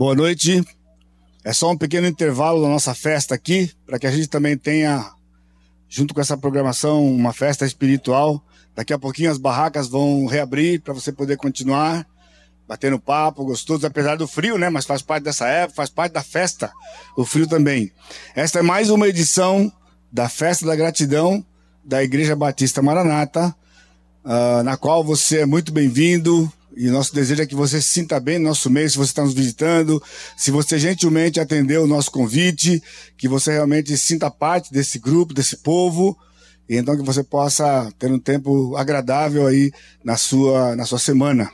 Boa noite. É só um pequeno intervalo da nossa festa aqui, para que a gente também tenha, junto com essa programação, uma festa espiritual. Daqui a pouquinho as barracas vão reabrir para você poder continuar batendo papo, gostoso, apesar do frio, né? Mas faz parte dessa época, faz parte da festa, o frio também. Esta é mais uma edição da Festa da Gratidão da Igreja Batista Maranata, na qual você é muito bem-vindo. E nosso desejo é que você se sinta bem no nosso meio, se você está nos visitando, se você gentilmente atendeu o nosso convite, que você realmente sinta parte desse grupo, desse povo, e então que você possa ter um tempo agradável aí na sua semana.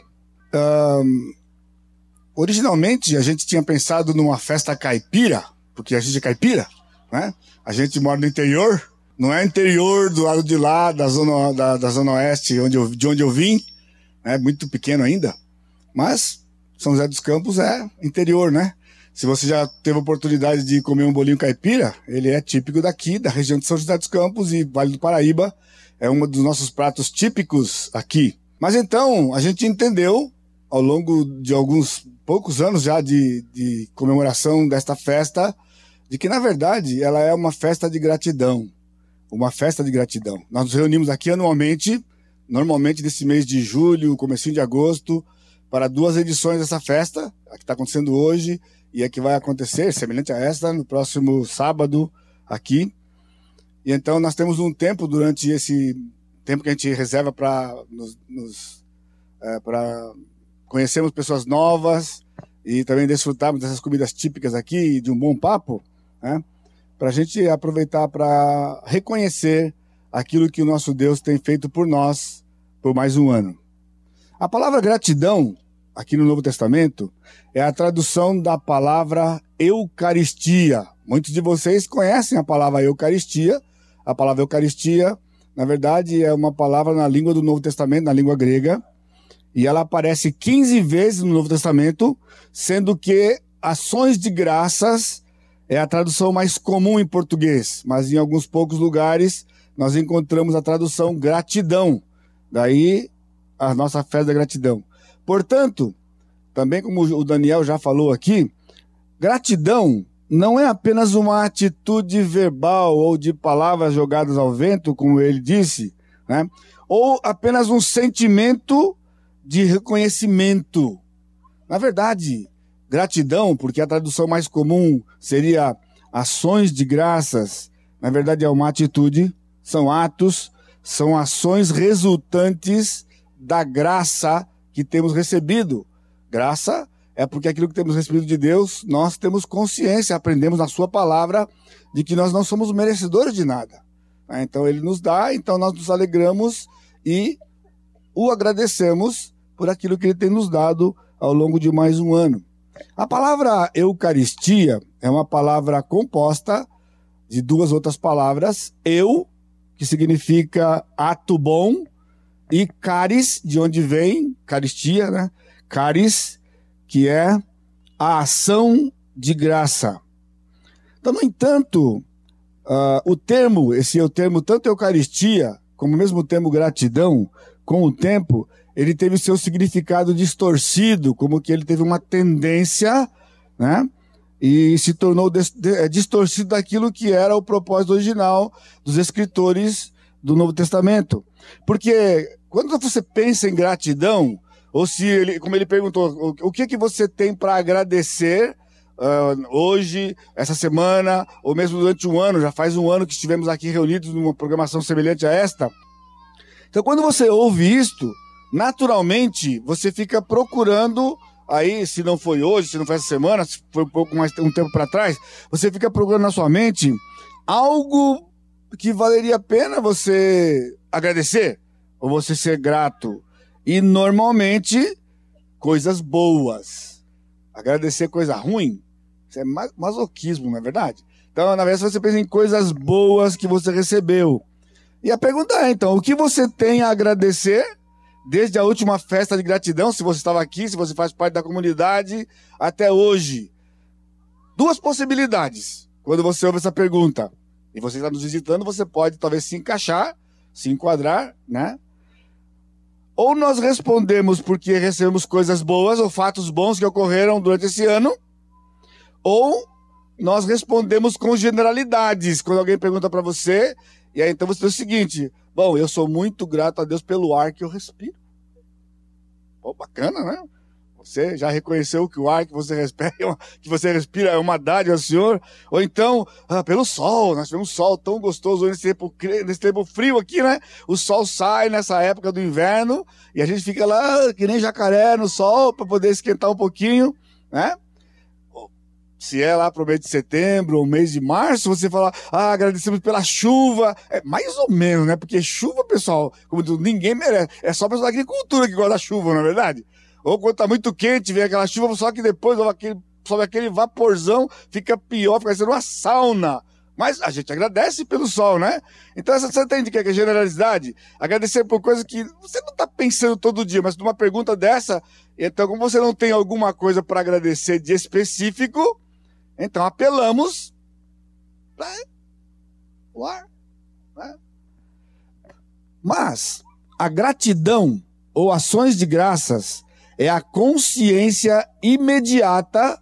Originalmente a gente tinha pensado numa festa caipira, porque a gente é caipira, né? A gente mora no interior, não é interior do lado de lá, da zona oeste, de onde eu vim, é muito pequeno ainda, mas São José dos Campos é interior, né? Se você já teve a oportunidade de comer um bolinho caipira, ele é típico daqui, da região de São José dos Campos e Vale do Paraíba, é um dos nossos pratos típicos aqui. Mas então, a gente entendeu, ao longo de alguns poucos anos já de comemoração desta festa, de que, na verdade, ela é uma festa de gratidão. Uma festa de gratidão. Nós nos reunimos aqui anualmente, normalmente nesse mês de julho, comecinho de agosto, para 2 edições dessa festa, a que está acontecendo hoje e a que vai acontecer, semelhante a esta, no próximo sábado aqui. E então nós temos um tempo, durante esse tempo que a gente reserva para para conhecermos pessoas novas e também desfrutarmos dessas comidas típicas aqui e de um bom papo, né? Para a gente aproveitar para reconhecer aquilo que o nosso Deus tem feito por nós por mais um ano. A palavra gratidão, aqui no Novo Testamento, é a tradução da palavra Eucaristia. Muitos de vocês conhecem a palavra Eucaristia. A palavra Eucaristia, na verdade, é uma palavra na língua do Novo Testamento, na língua grega, e ela aparece 15 vezes no Novo Testamento, sendo que ações de graças é a tradução mais comum em português, mas em alguns poucos lugares nós encontramos a tradução gratidão. Daí a nossa festa da gratidão. Portanto, também como o Daniel já falou aqui, gratidão não é apenas uma atitude verbal ou de palavras jogadas ao vento, como ele disse, né? Ou apenas um sentimento de reconhecimento. Na verdade, gratidão, porque a tradução mais comum seria ações de graças, na verdade é uma atitude, são atos, são ações resultantes da graça que temos recebido. Graça é porque aquilo que temos recebido de Deus, nós temos consciência, aprendemos na sua palavra de que nós não somos merecedores de nada. Então ele nos dá, então nós nos alegramos e o agradecemos por aquilo que ele tem nos dado ao longo de mais um ano. A palavra Eucaristia é uma palavra composta de 2 outras palavras, que significa ato bom, e caris, de onde vem, caristia, né? Caris, que é a ação de graça. Então, no entanto, esse é o termo, tanto Eucaristia, como mesmo o termo gratidão, com o tempo, ele teve seu significado distorcido, como que ele teve uma tendência, né? E se tornou distorcido daquilo que era o propósito original dos escritores do Novo Testamento. Porque quando você pensa em gratidão, ou se ele, como ele perguntou, o que você tem para agradecer hoje, essa semana, ou mesmo durante um ano, já faz um ano que estivemos aqui reunidos numa programação semelhante a esta. Então quando você ouve isto, naturalmente você fica procurando, aí se não foi hoje, se não foi essa semana, se foi um pouco mais um tempo para trás, você fica procurando na sua mente algo que valeria a pena você agradecer, ou você ser grato. E normalmente, coisas boas. Agradecer coisa ruim, isso é masoquismo, não é verdade? Então, na verdade, você pensa em coisas boas que você recebeu. E a pergunta é, então, o que você tem a agradecer desde a última festa de gratidão, se você estava aqui, se você faz parte da comunidade, até hoje? 2 possibilidades, quando você ouve essa pergunta. E você está nos visitando, você pode talvez se encaixar, se enquadrar, né? Ou nós respondemos porque recebemos coisas boas ou fatos bons que ocorreram durante esse ano, ou nós respondemos com generalidades. Quando alguém pergunta para você, e aí então você diz o seguinte: bom, eu sou muito grato a Deus pelo ar que eu respiro. Pô, bacana, né? Você já reconheceu que o ar que você respira é uma dádiva ao Senhor? Ou então, pelo sol, nós tivemos um sol tão gostoso nesse tempo frio aqui, né? O sol sai nessa época do inverno e a gente fica lá que nem jacaré no sol para poder esquentar um pouquinho, né? Se é lá pro mês de setembro ou mês de março, você fala, agradecemos pela chuva. É mais ou menos, né? Porque chuva, pessoal, como ninguém merece. É só o pessoal da agricultura que gosta da chuva, não é verdade? Ou quando tá muito quente, vem aquela chuva, só que depois sobe aquele vaporzão, fica pior, fica sendo uma sauna. Mas a gente agradece pelo sol, né? Então você entende o que é generalidade? Agradecer por coisas que você não tá pensando todo dia, mas numa pergunta dessa, então como você não tem alguma coisa para agradecer de específico, então apelamos para o ar, né? Mas a gratidão ou ações de graças é a consciência imediata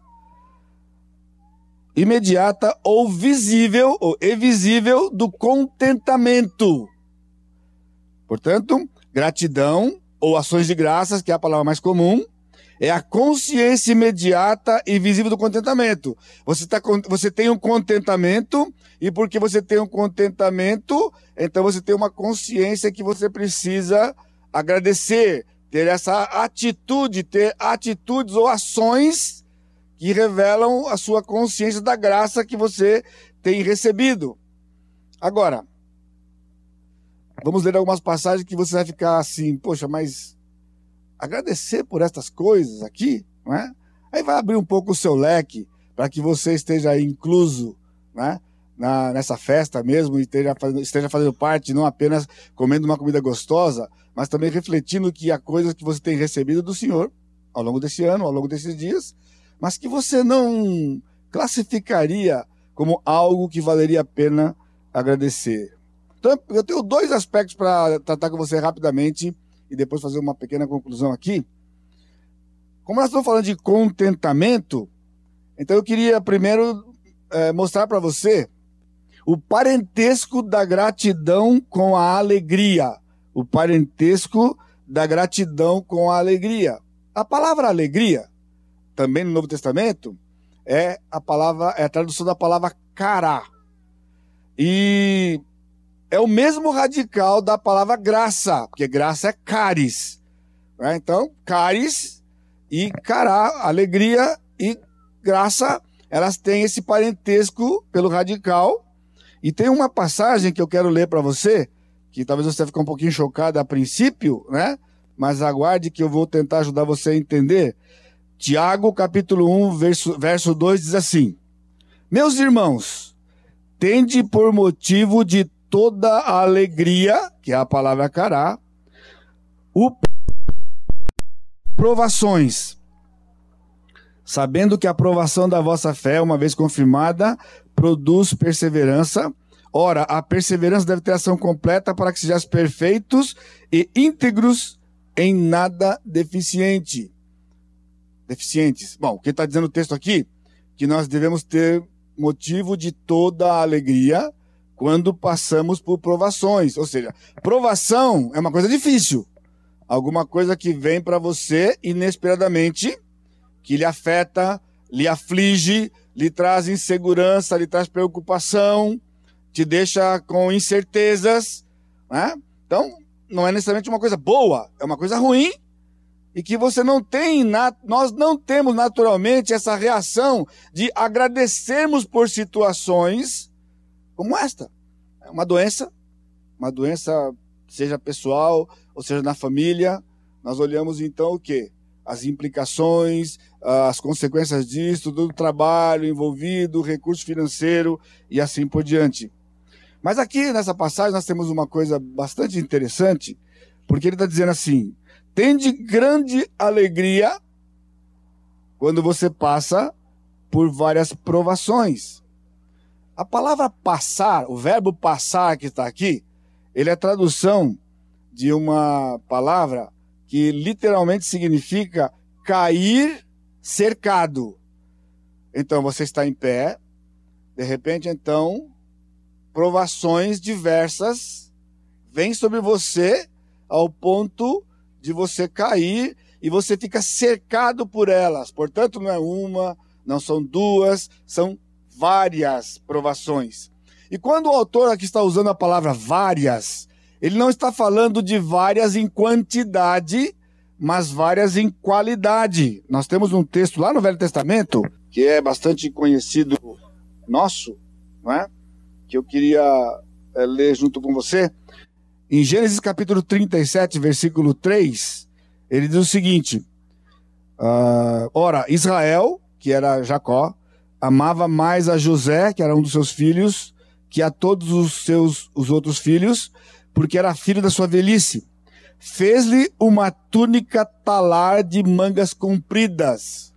ou visível ou invisível do contentamento. Portanto, gratidão ou ações de graças, que é a palavra mais comum, é a consciência imediata e visível do contentamento. Você tem um contentamento, e porque você tem um contentamento, então você tem uma consciência que você precisa agradecer, ter essa atitude, ter atitudes ou ações que revelam a sua consciência da graça que você tem recebido. Agora, vamos ler algumas passagens que você vai ficar assim, poxa, mas agradecer por estas coisas aqui, não é? Aí vai abrir um pouco o seu leque para que você esteja aí incluso, né, nessa festa mesmo, e esteja fazendo parte, não apenas comendo uma comida gostosa, mas também refletindo que há coisas que você tem recebido do Senhor ao longo desse ano, ao longo desses dias, mas que você não classificaria como algo que valeria a pena agradecer. Então, eu tenho dois aspectos para tratar com você rapidamente e depois fazer uma pequena conclusão aqui. Como nós estamos falando de contentamento, então eu queria primeiro mostrar para você o parentesco da gratidão com a alegria. O parentesco da gratidão com a alegria. A palavra alegria, também no Novo Testamento, é a tradução da palavra cará. E é o mesmo radical da palavra graça, porque graça é caris, né? Então, caris e cará, alegria e graça, elas têm esse parentesco pelo radical. E tem uma passagem que eu quero ler para você, que talvez você fique um pouquinho chocado a princípio, né? Mas aguarde que eu vou tentar ajudar você a entender. Tiago, capítulo 1, verso 2, diz assim: meus irmãos, tende por motivo de toda a alegria, que é a palavra cará, provações, sabendo que a provação da vossa fé, uma vez confirmada, produz perseverança. Ora, a perseverança deve ter ação completa para que sejais perfeitos e íntegros, em nada deficientes. Bom, o que está dizendo o texto aqui? Que nós devemos ter motivo de toda a alegria quando passamos por provações. Ou seja, provação é uma coisa difícil. Alguma coisa que vem para você inesperadamente, que lhe afeta, lhe aflige, lhe traz insegurança, lhe traz preocupação, te deixa com incertezas, né? Então, não é necessariamente uma coisa boa, é uma coisa ruim, e que você não tem, nós não temos naturalmente essa reação de agradecermos por situações como esta. É uma doença, seja pessoal ou seja na família. Nós olhamos então o quê? As implicações, as consequências disso, do trabalho envolvido, recurso financeiro e assim por diante. Mas aqui nessa passagem nós temos uma coisa bastante interessante, porque ele está dizendo assim: tende grande alegria quando você passa por várias provações. A palavra passar, o verbo passar que está aqui, ele é a tradução de uma palavra que literalmente significa cair cercado. Então você está em pé, de repente então provações diversas vêm sobre você ao ponto de você cair e você fica cercado por elas. Portanto, não é uma, não são duas, são várias provações. E quando o autor aqui está usando a palavra várias, ele não está falando de várias em quantidade, mas várias em qualidade. Nós temos um texto lá no Velho Testamento, que é bastante conhecido nosso, não é? Que eu queria ler junto com você. Em Gênesis capítulo 37, versículo 3, ele diz o seguinte: ora, Israel, que era Jacó, amava mais a José, que era um dos seus filhos, que a todos os outros filhos, porque era filho da sua velhice. Fez-lhe uma túnica talar de mangas compridas.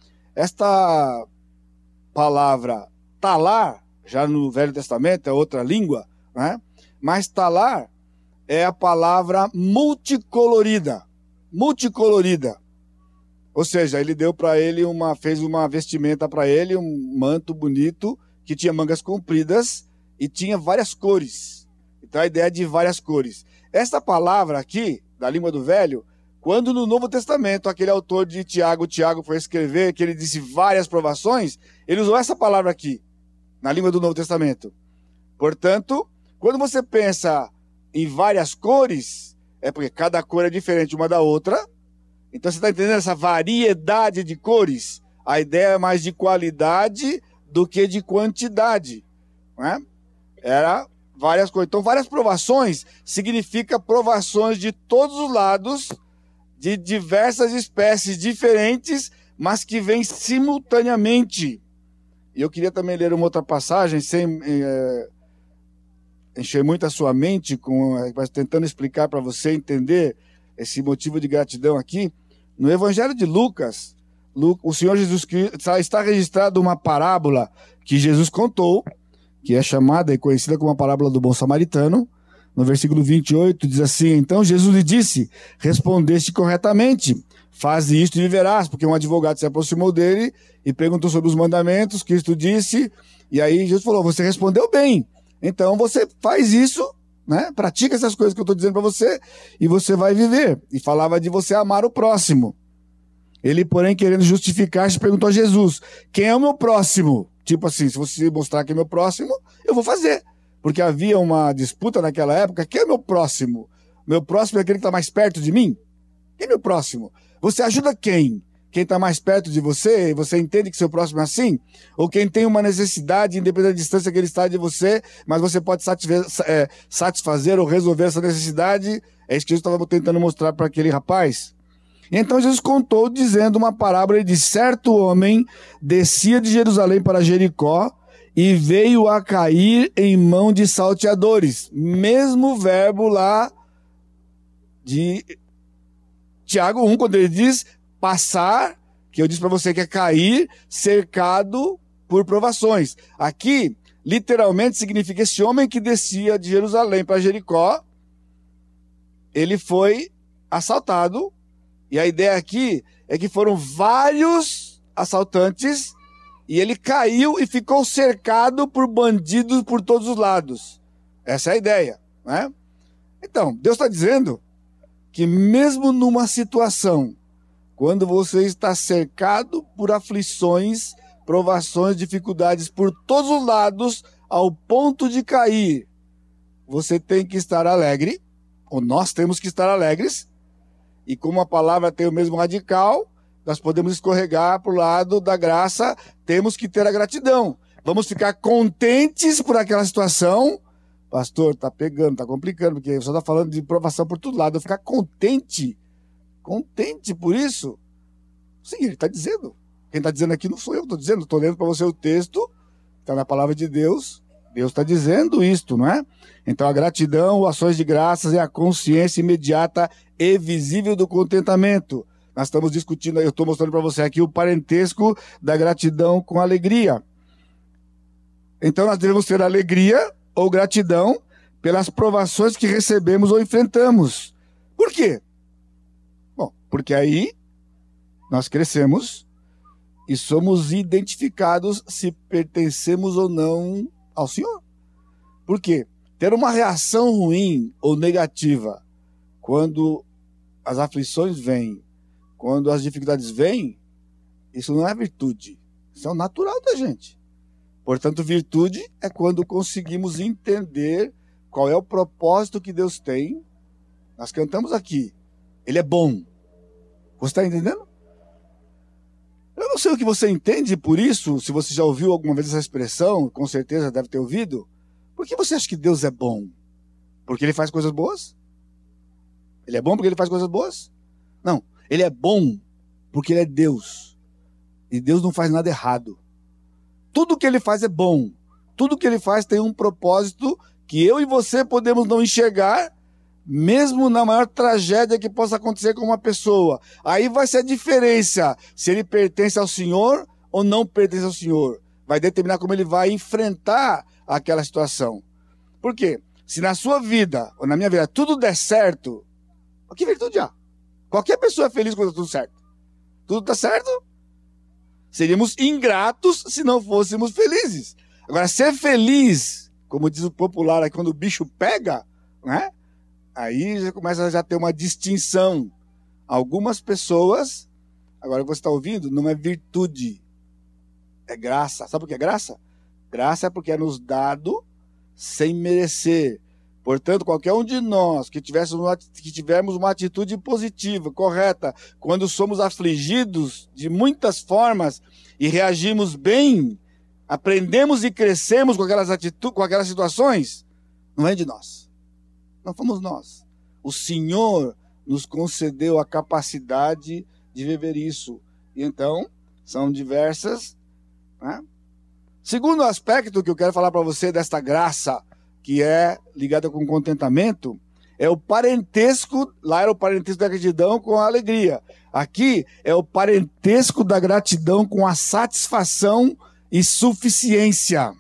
Esta palavra talar, já no Velho Testamento, é outra língua, né? Mas talar é a palavra multicolorida. Multicolorida. Ou seja, ele deu para ele fez uma vestimenta para ele, um manto bonito, que tinha mangas compridas e tinha várias cores. Então a ideia é de várias cores. Esta palavra aqui, da língua do Velho, quando no Novo Testamento, aquele autor de Tiago foi escrever, que ele disse várias provações, ele usou essa palavra aqui, na língua do Novo Testamento. Portanto, quando você pensa em várias cores, é porque cada cor é diferente uma da outra. Então você está entendendo essa variedade de cores? A ideia é mais de qualidade do que de quantidade, não é? Era várias cores. Então, várias provações significa provações de todos os lados, de diversas espécies diferentes, mas que vêm simultaneamente. E eu queria também ler uma outra passagem, sem encher muito a sua mente, mas tentando explicar para você entender esse motivo de gratidão aqui. No Evangelho de Lucas, o Senhor Jesus Cristo, está registrado uma parábola que Jesus contou, que é chamada e conhecida como a parábola do bom samaritano. No versículo 28 diz assim: então Jesus lhe disse, respondeste corretamente, faze isto e viverás, porque um advogado se aproximou dele e perguntou sobre os mandamentos. Cristo disse, e aí Jesus falou, você respondeu bem, então você faz isso, né? Pratica essas coisas que eu estou dizendo para você e você vai viver. E falava de você amar o próximo. Ele, porém, querendo justificar-se, perguntou a Jesus, quem é o meu próximo? Tipo assim, se você mostrar que é meu próximo, eu vou fazer. Porque havia uma disputa naquela época, quem é o meu próximo? Meu próximo é aquele que está mais perto de mim? Quem é meu próximo? Você ajuda quem? Quem está mais perto de você, e você entende que seu próximo é assim? Ou quem tem uma necessidade, independente da distância que ele está de você, mas você pode satisfazer ou resolver essa necessidade? É isso que Jesus estava tentando mostrar para aquele rapaz. Então Jesus contou, dizendo uma parábola, ele disse, certo homem descia de Jerusalém para Jericó e veio a cair em mão de salteadores. Mesmo verbo lá de Tiago 1, quando ele diz passar, que eu disse para você que é cair, cercado por provações. Aqui, literalmente, significa esse homem que descia de Jerusalém para Jericó, ele foi assaltado. E a ideia aqui é que foram vários assaltantes e ele caiu e ficou cercado por bandidos por todos os lados. Essa é a ideia, né? Então, Deus está dizendo que mesmo numa situação, quando você está cercado por aflições, provações, dificuldades por todos os lados, ao ponto de cair, você tem que estar alegre, ou nós temos que estar alegres. E como a palavra tem o mesmo radical, nós podemos escorregar para o lado da graça, temos que ter a gratidão. Vamos ficar contentes por aquela situação. Pastor, está pegando, está complicando, porque você está falando de provação por todo lado. Eu ficar contente por isso? Sim, ele está dizendo. Quem está dizendo aqui não sou eu, estou lendo para você o texto, está na palavra de Deus. Deus está dizendo isto, não é? Então a gratidão, ações de graças é a consciência imediata e visível do contentamento. Nós estamos discutindo, eu estou mostrando para você aqui o parentesco da gratidão com alegria. Então nós devemos ter alegria ou gratidão pelas provações que recebemos ou enfrentamos. Por quê? Bom, porque aí nós crescemos e somos identificados se pertencemos ou não ao Senhor. Por quê? Ter uma reação ruim ou negativa quando as aflições vêm, quando as dificuldades vêm, isso não é virtude. Isso é o natural da gente. Portanto, virtude é quando conseguimos entender qual é o propósito que Deus tem. Nós cantamos aqui, Ele é bom. Você está entendendo? Eu não sei o que você entende por isso, se você já ouviu alguma vez essa expressão, com certeza deve ter ouvido. Por que você acha que Deus é bom? Porque Ele faz coisas boas? Ele é bom porque Ele faz coisas boas? Não, Ele é bom porque Ele é Deus. E Deus não faz nada errado. Tudo que Ele faz é bom. Tudo que Ele faz tem um propósito que eu e você podemos não enxergar, mesmo na maior tragédia que possa acontecer com uma pessoa. Aí vai ser a diferença se ele pertence ao Senhor ou não pertence ao Senhor. Vai determinar como ele vai enfrentar aquela situação. Por quê? Se na sua vida, ou na minha vida, tudo der certo, que virtude há? Qualquer pessoa é feliz quando tudo certo. Tudo está certo? Seríamos ingratos se não fôssemos felizes. Agora, ser feliz, como diz o popular, quando o bicho pega, né? Aí já começa a ter uma distinção. Algumas pessoas, agora você está ouvindo, não é virtude, é graça. Sabe o que é graça? Graça é porque é nos dado sem merecer. Portanto, qualquer um de nós que tivermos uma atitude positiva, correta, quando somos afligidos de muitas formas e reagimos bem, aprendemos e crescemos com aquelas situações, não é de nós. Não fomos nós. O Senhor nos concedeu a capacidade de viver isso. E então, são diversas. Né? Segundo aspecto que eu quero falar para você desta graça, que é ligada com contentamento, é o parentesco. Lá era o parentesco da gratidão com a alegria. Aqui é o parentesco da gratidão com a satisfação e suficiência.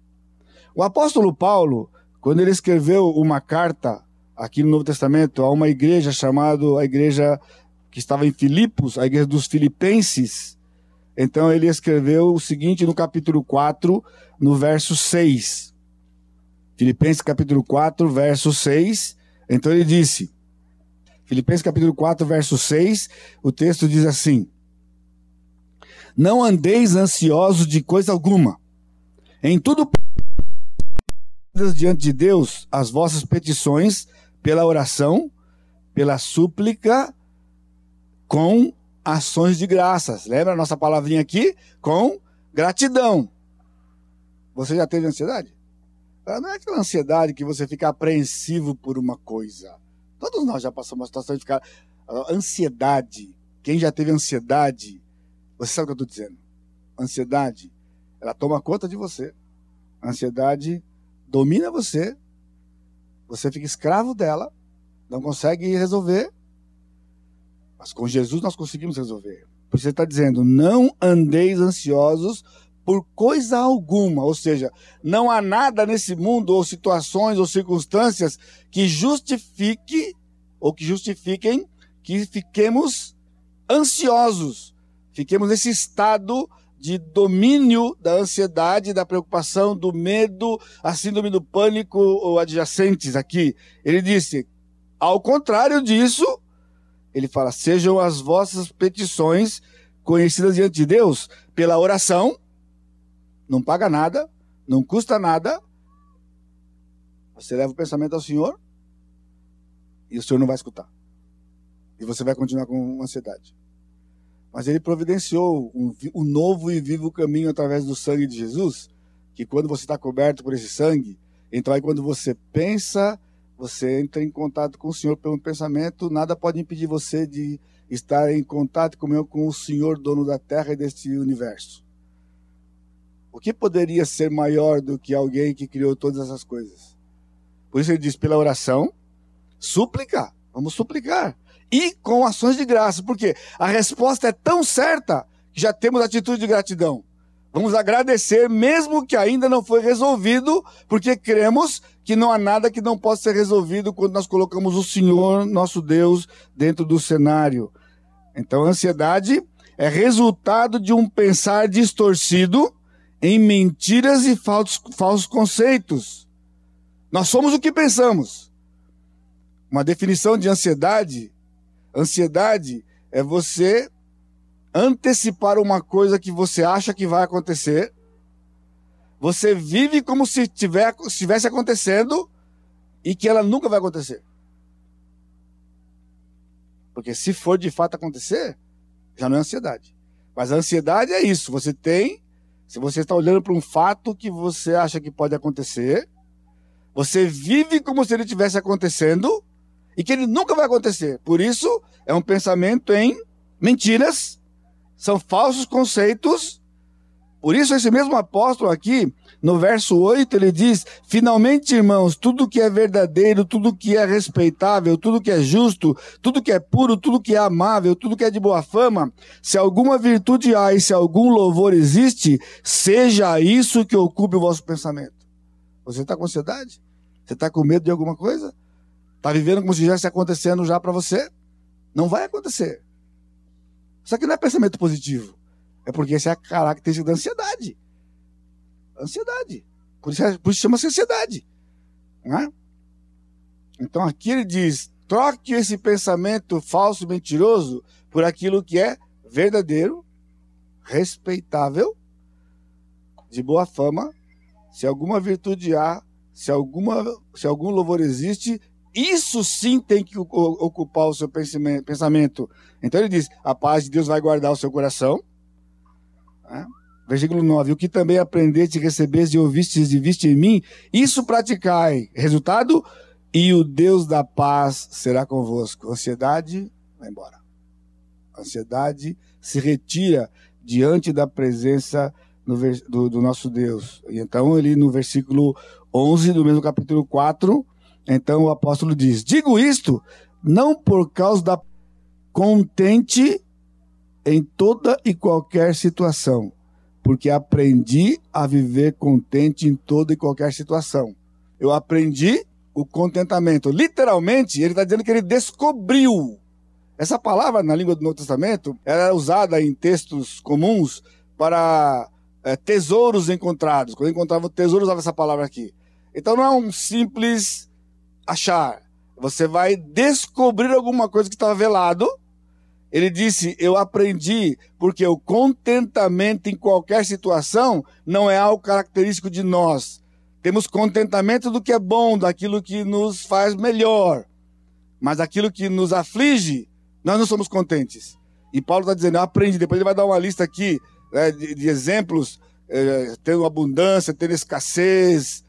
O apóstolo Paulo, quando ele escreveu uma carta aqui no Novo Testamento a uma igreja chamada a igreja que estava em Filipos, a igreja dos Filipenses, então ele escreveu o seguinte no capítulo 4, no verso 6. Filipenses capítulo 4, verso 6. Então ele disse, Filipenses capítulo 4, verso 6, o texto diz assim: não andeis ansiosos de coisa alguma, em tudo diante de Deus as vossas petições pela oração, pela súplica, com ações de graças. Lembra a nossa palavrinha aqui? Com gratidão. Você já teve ansiedade? Não é aquela ansiedade que você fica apreensivo por uma coisa. Todos nós já passamos uma situação de ficar... Ansiedade. Quem já teve ansiedade, você sabe o que eu estou dizendo. Ansiedade, ela toma conta de você. Ansiedade domina você. Você fica escravo dela. Não consegue resolver. Mas com Jesus nós conseguimos resolver. Por isso ele está dizendo, não andeis ansiosos por coisa alguma, ou seja, não há nada nesse mundo, ou situações, ou circunstâncias que justifiquem que fiquemos ansiosos, fiquemos nesse estado de domínio da ansiedade, da preocupação, do medo, a síndrome do pânico ou adjacentes aqui. Ele disse, ao contrário disso, ele fala, sejam as vossas petições conhecidas diante de Deus pela oração. Não paga nada, não custa nada. Você leva o pensamento ao Senhor e o Senhor não vai escutar. E você vai continuar com ansiedade. Mas Ele providenciou um novo e vivo caminho através do sangue de Jesus, que quando você está coberto por esse sangue, então aí quando você pensa, você entra em contato com o Senhor pelo pensamento, nada pode impedir você de estar em contato com o Senhor, dono da terra e deste universo. O que poderia ser maior do que alguém que criou todas essas coisas? Por isso ele diz, pela oração, súplica, vamos suplicar. E com ações de graça, porque a resposta é tão certa que já temos atitude de gratidão. Vamos agradecer, mesmo que ainda não foi resolvido, porque cremos que não há nada que não possa ser resolvido quando nós colocamos o Senhor, nosso Deus, dentro do cenário. Então a ansiedade é resultado de um pensar distorcido em mentiras e falsos conceitos. Nós somos o que pensamos. Uma definição de ansiedade: ansiedade é você antecipar uma coisa que você acha que vai acontecer. Você vive como se estivesse acontecendo e que ela nunca vai acontecer. Porque se for de fato acontecer, já não é ansiedade. Mas a ansiedade é isso. Se você está olhando para um fato que você acha que pode acontecer, você vive como se ele estivesse acontecendo e que ele nunca vai acontecer. Por isso, é um pensamento em mentiras, são falsos conceitos. Por isso, esse mesmo apóstolo aqui, no verso 8, ele diz: finalmente, irmãos, tudo que é verdadeiro, tudo que é respeitável, tudo que é justo, tudo que é puro, tudo que é amável, tudo que é de boa fama, se alguma virtude há e se algum louvor existe, seja isso que ocupe o vosso pensamento. Você está com ansiedade? Você está com medo de alguma coisa? Está vivendo como se já estivesse acontecendo já para você? Não vai acontecer. Isso aqui não é pensamento positivo. É porque essa é a característica da ansiedade. Ansiedade. Por isso chama-se ansiedade. Não é? Então aqui ele diz: troque esse pensamento falso e mentiroso por aquilo que é verdadeiro, respeitável, de boa fama, se alguma virtude há, se algum louvor existe, isso sim tem que ocupar o seu pensamento. Então ele diz: a paz de Deus vai guardar o seu coração. Versículo 9: o que também aprendeste, recebeste e ouvistes e viste em mim, isso praticai. Resultado: e o Deus da paz será convosco. Ansiedade, vai embora. Ansiedade se retira diante da presença do nosso Deus. E então ele, no versículo 11 do mesmo capítulo 4, então o apóstolo diz: digo isto não por causa da contente em toda e qualquer situação, porque aprendi a viver contente em toda e qualquer situação. Eu aprendi o contentamento. Literalmente, ele está dizendo que ele descobriu. Essa palavra, na língua do Novo Testamento, era usada em textos comuns para tesouros encontrados. Quando encontrava o tesouro, usava essa palavra aqui. Então não é um simples achar. Você vai descobrir alguma coisa que estava velado. Ele disse: eu aprendi, porque o contentamento em qualquer situação não é algo característico de nós. Temos contentamento do que é bom, daquilo que nos faz melhor. Mas aquilo que nos aflige, nós não somos contentes. E Paulo está dizendo: eu aprendi. Depois ele vai dar uma lista aqui de exemplos, tendo abundância, tendo escassez.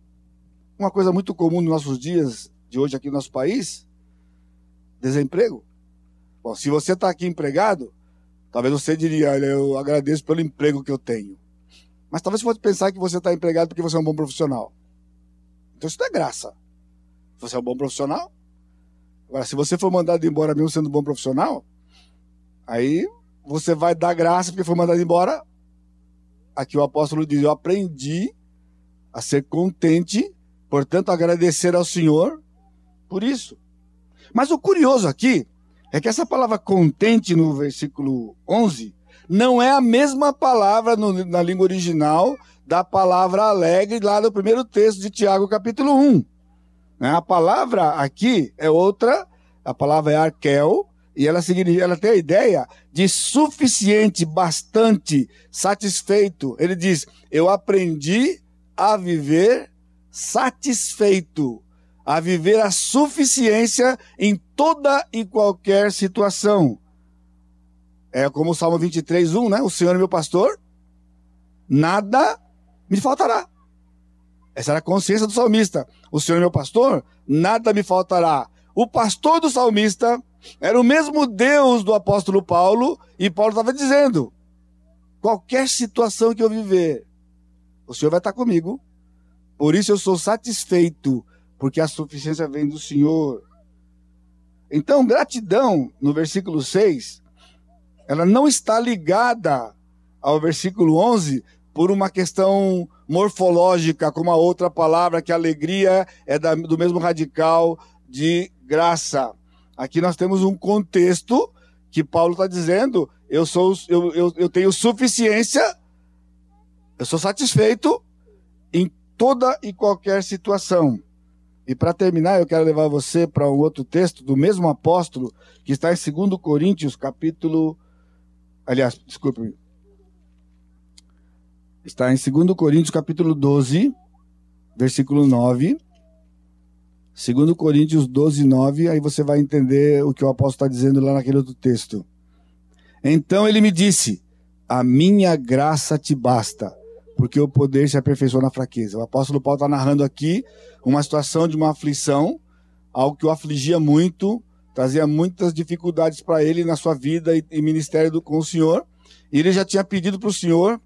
Uma coisa muito comum nos nossos dias, de hoje aqui no nosso país: desemprego. Bom, se você está aqui empregado, talvez você diria: olha, eu agradeço pelo emprego que eu tenho. Mas talvez você pode pensar que você está empregado porque você é um bom profissional. Então isso não é graça. Você é um bom profissional. Agora, se você for mandado embora mesmo sendo um bom profissional, aí você vai dar graça porque foi mandado embora. Aqui o apóstolo diz: eu aprendi a ser contente, portanto agradecer ao Senhor por isso. Mas o curioso aqui é que essa palavra contente no versículo 11 não é a mesma palavra na língua original da palavra alegre lá do primeiro texto de Tiago, capítulo 1. A palavra aqui é outra, a palavra é arkel, e ela tem a ideia de suficiente, bastante, satisfeito. Ele diz: eu aprendi a viver satisfeito, a viver a suficiência em toda e qualquer situação. É como o Salmo 23:1, né? O Senhor é meu pastor, nada me faltará. Essa era a consciência do salmista. O Senhor é meu pastor, nada me faltará. O pastor do salmista era o mesmo Deus do apóstolo Paulo, e Paulo estava dizendo: qualquer situação que eu viver, o Senhor vai estar comigo. Por isso eu sou satisfeito, porque a suficiência vem do Senhor. Então, gratidão, no versículo 6, ela não está ligada ao versículo 11 por uma questão morfológica, como a outra palavra, que alegria é do mesmo radical de graça. Aqui nós temos um contexto que Paulo está dizendo: eu tenho suficiência, eu sou satisfeito em toda e qualquer situação. E para terminar, eu quero levar você para um outro texto do mesmo apóstolo, que está em 2 Coríntios, está em 2 Coríntios, capítulo 12, versículo 9. 2 Coríntios 12, 9, aí você vai entender o que o apóstolo está dizendo lá naquele outro texto. Então ele me disse, a minha graça te basta, porque o poder se aperfeiçoa na fraqueza. O apóstolo Paulo está narrando aqui uma situação de uma aflição, algo que o afligia muito, trazia muitas dificuldades para ele na sua vida e ministério com o Senhor. E ele já tinha pedido para o Senhor,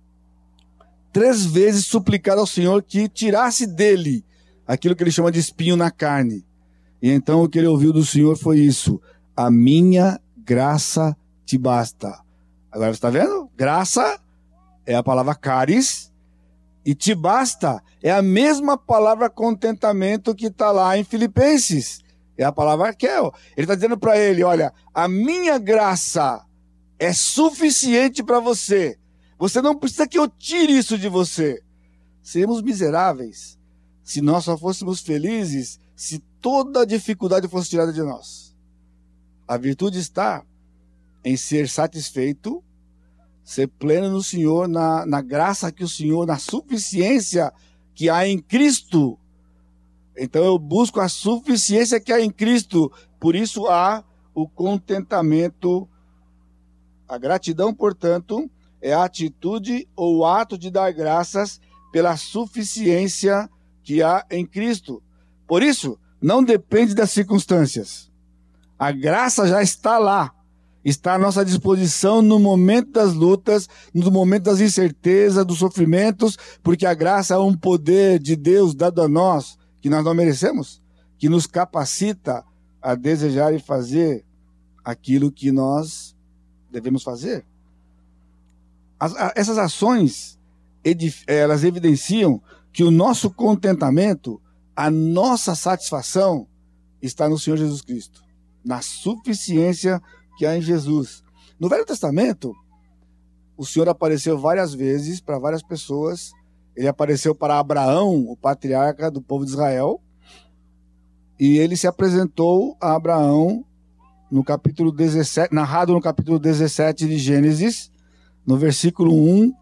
3 vezes suplicado ao Senhor que tirasse dele aquilo que ele chama de espinho na carne. E então o que ele ouviu do Senhor foi isso, a minha graça te basta. Agora você está vendo? Graça é a palavra caris, e te basta é a mesma palavra contentamento que está lá em Filipenses. É a palavra arquel. Ele está dizendo para ele, olha, a minha graça é suficiente para você. Você não precisa que eu tire isso de você. Seríamos miseráveis se nós só fôssemos felizes se toda a dificuldade fosse tirada de nós. A virtude está em ser satisfeito, ser pleno no Senhor, na graça que o Senhor, na suficiência que há em Cristo. Então eu busco a suficiência que há em Cristo, por isso há o contentamento. A gratidão, portanto, é a atitude ou o ato de dar graças pela suficiência que há em Cristo. Por isso, não depende das circunstâncias. A graça já está lá. Está à nossa disposição no momento das lutas, no momento das incertezas, dos sofrimentos, porque a graça é um poder de Deus dado a nós, que nós não merecemos, que nos capacita a desejar e fazer aquilo que nós devemos fazer. Essas ações, elas evidenciam que o nosso contentamento, a nossa satisfação está no Senhor Jesus Cristo, na suficiência que há em Jesus. No Velho Testamento, o Senhor apareceu várias vezes para várias pessoas. Ele apareceu para Abraão, o patriarca do povo de Israel, e ele se apresentou a Abraão no capítulo 17, narrado no capítulo 17 de Gênesis, no versículo 1.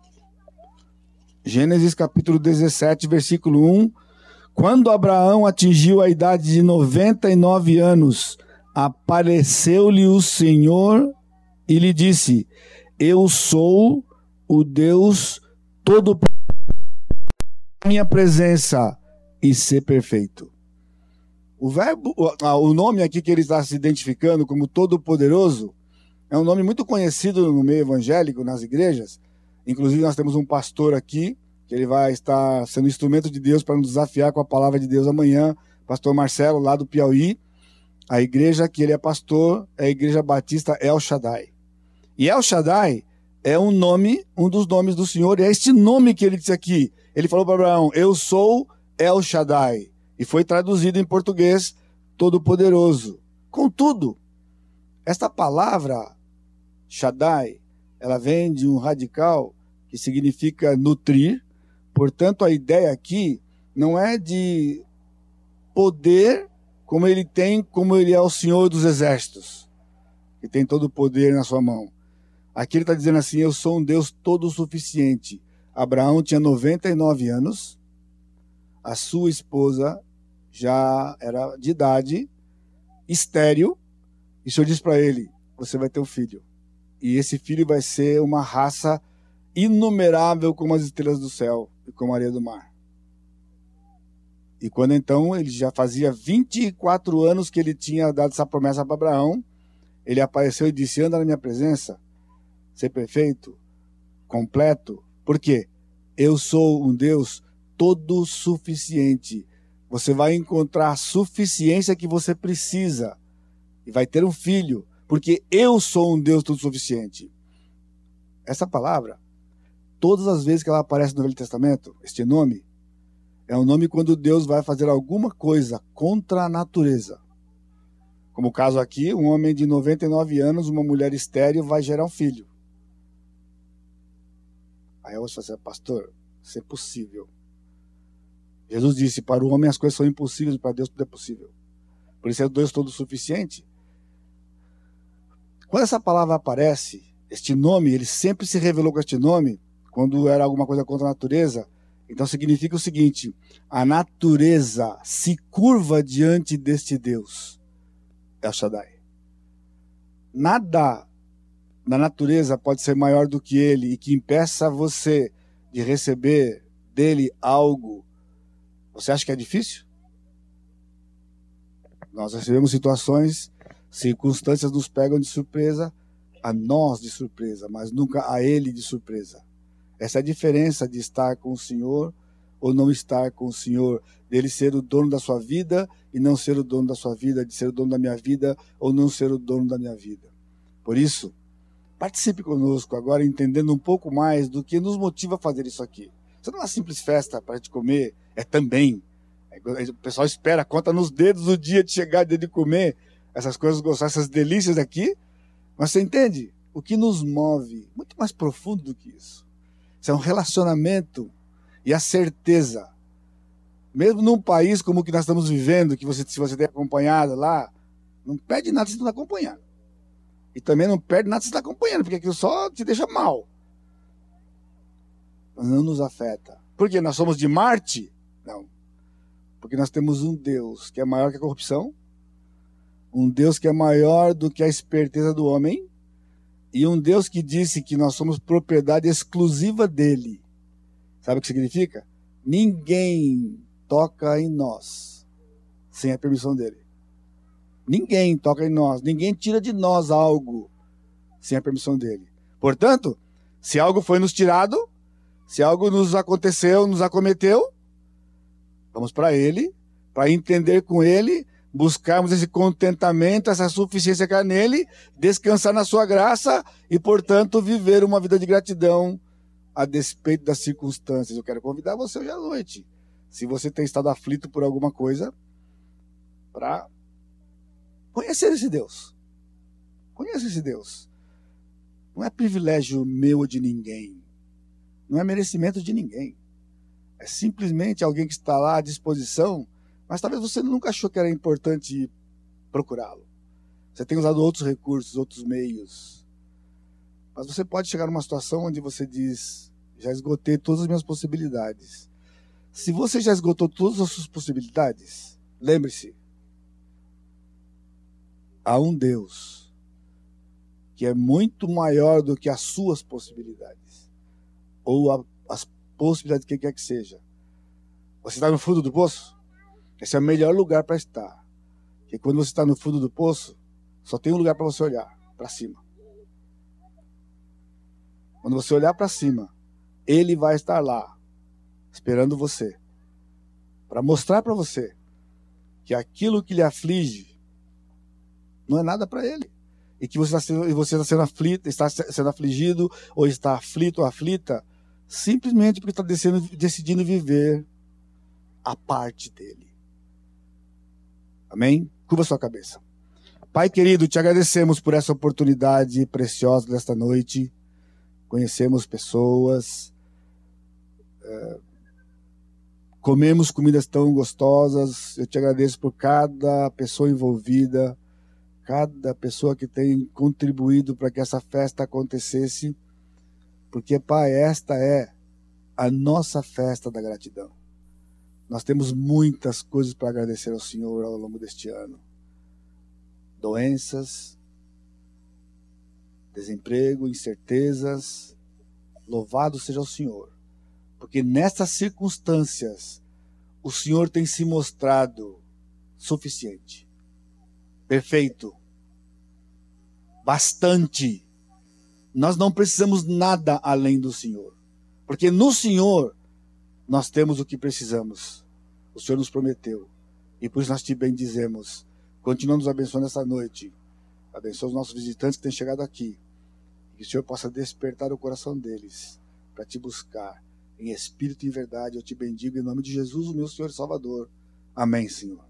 Gênesis capítulo 17, versículo 1. Quando Abraão atingiu a idade de 99 anos, apareceu-lhe o Senhor e lhe disse, eu sou o Deus Todo-Poderoso, minha presença e ser perfeito. O nome aqui que ele está se identificando como Todo-Poderoso é um nome muito conhecido no meio evangélico, nas igrejas. Inclusive nós temos um pastor aqui, que ele vai estar sendo instrumento de Deus para nos desafiar com a palavra de Deus amanhã, pastor Marcelo, lá do Piauí. A igreja que ele é pastor é a Igreja Batista El Shaddai. E El Shaddai é um dos nomes do Senhor, e é este nome que ele disse aqui. Ele falou para Abraão, eu sou El Shaddai. E foi traduzido em português, Todo-Poderoso. Contudo, esta palavra, Shaddai, ela vem de um radical que significa nutrir. Portanto, a ideia aqui não é de poder como ele é o Senhor dos Exércitos, que tem todo o poder na sua mão. Aqui ele está dizendo assim, eu sou um Deus todo suficiente. Abraão tinha 99 anos, a sua esposa já era de idade, estéril, e o Senhor disse para ele, você vai ter um filho. E esse filho vai ser uma raça inumerável como as estrelas do céu e como a areia do mar. E quando então ele já fazia 24 anos que ele tinha dado essa promessa para Abraão, ele apareceu e disse, anda na minha presença, ser perfeito, completo. Por quê? Eu sou um Deus todo suficiente. Você vai encontrar a suficiência que você precisa e vai ter um filho, porque eu sou um Deus todo suficiente. Essa palavra, todas as vezes que ela aparece no Velho Testamento, este nome, é um nome quando Deus vai fazer alguma coisa contra a natureza, Como o caso aqui, um homem de 99 anos, uma mulher estéril, vai gerar um filho. Aí eu vou falar assim, pastor, isso é possível. Jesus disse, para o homem as coisas são impossíveis, para Deus tudo é possível. Por isso é Deus todo suficiente. Quando essa palavra aparece, este nome, ele sempre se revelou com este nome, quando era alguma coisa contra a natureza. Então significa o seguinte, a natureza se curva diante deste Deus, El Shaddai. Nada na natureza pode ser maior do que ele e que impeça você de receber dele algo. Você acha que é difícil? Nós recebemos situações, circunstâncias nos pegam de surpresa, a nós de surpresa, mas nunca a ele de surpresa. Essa é a diferença de estar com o Senhor ou não estar com o Senhor, dele ser o dono da sua vida e não ser o dono da sua vida, de ser o dono da minha vida ou não ser o dono da minha vida. Por isso, participe conosco agora entendendo um pouco mais do que nos motiva a fazer isso aqui. Isso não é uma simples festa para a gente comer, é também. O pessoal espera, conta nos dedos o dia de chegar, de comer essas coisas gostosas, essas delícias aqui. Mas você entende? O que nos move, muito mais profundo do que isso. Isso é um relacionamento e a certeza. Mesmo num país como o que nós estamos vivendo, que se você tem acompanhado lá, não perde nada se não está acompanhando. E também não perde nada se está acompanhando, porque aquilo só te deixa mal. Mas não nos afeta. Por quê? Nós somos de Marte? Não. Porque nós temos um Deus que é maior que a corrupção, um Deus que é maior do que a esperteza do homem, e um Deus que disse que nós somos propriedade exclusiva dele. Sabe o que significa? Ninguém toca em nós sem a permissão dele. Ninguém toca em nós, ninguém tira de nós algo sem a permissão dele. Portanto, se algo foi nos tirado, se algo nos aconteceu, nos acometeu, vamos para ele, para entender com ele, buscarmos esse contentamento, essa suficiência que há nele, descansar na sua graça e, portanto, viver uma vida de gratidão a despeito das circunstâncias. Eu quero convidar você hoje à noite, se você tem estado aflito por alguma coisa, para conhecer esse Deus. Conheça esse Deus. Não é privilégio meu ou de ninguém. Não é merecimento de ninguém. É simplesmente alguém que está lá à disposição, mas talvez você nunca achou que era importante procurá-lo. Você tem usado outros recursos, outros meios. Mas você pode chegar numa situação onde você diz, já esgotei todas as minhas possibilidades. Se você já esgotou todas as suas possibilidades, lembre-se, há um Deus que é muito maior do que as suas possibilidades, ou as possibilidades que quer que seja. Você está no fundo do poço? Esse é o melhor lugar para estar. Porque quando você está no fundo do poço, só tem um lugar para você olhar, para cima. Quando você olhar para cima, ele vai estar lá, esperando você, para mostrar para você que aquilo que lhe aflige não é nada para ele. E que você está sendo aflito, está sendo afligido, ou está aflito ou aflita, simplesmente porque está decidindo viver a parte dele. Amém? Curva sua cabeça. Pai querido, te agradecemos por essa oportunidade preciosa desta noite. Conhecemos pessoas, comemos comidas tão gostosas. Eu te agradeço por cada pessoa envolvida, cada pessoa que tem contribuído para que essa festa acontecesse, porque, Pai, esta é a nossa festa da gratidão. Nós temos muitas coisas para agradecer ao Senhor ao longo deste ano. Doenças, desemprego, incertezas. Louvado seja o Senhor, porque nestas circunstâncias o Senhor tem se mostrado suficiente, perfeito, bastante. Nós não precisamos nada além do Senhor, porque no Senhor nós temos o que precisamos. O Senhor nos prometeu, e por isso nós te bendizemos. Continuamos abençoando essa noite. Abençoa os nossos visitantes que têm chegado aqui. Que o Senhor possa despertar o coração deles para te buscar em espírito e em verdade. Eu te bendigo em nome de Jesus, o meu Senhor e Salvador. Amém, Senhor.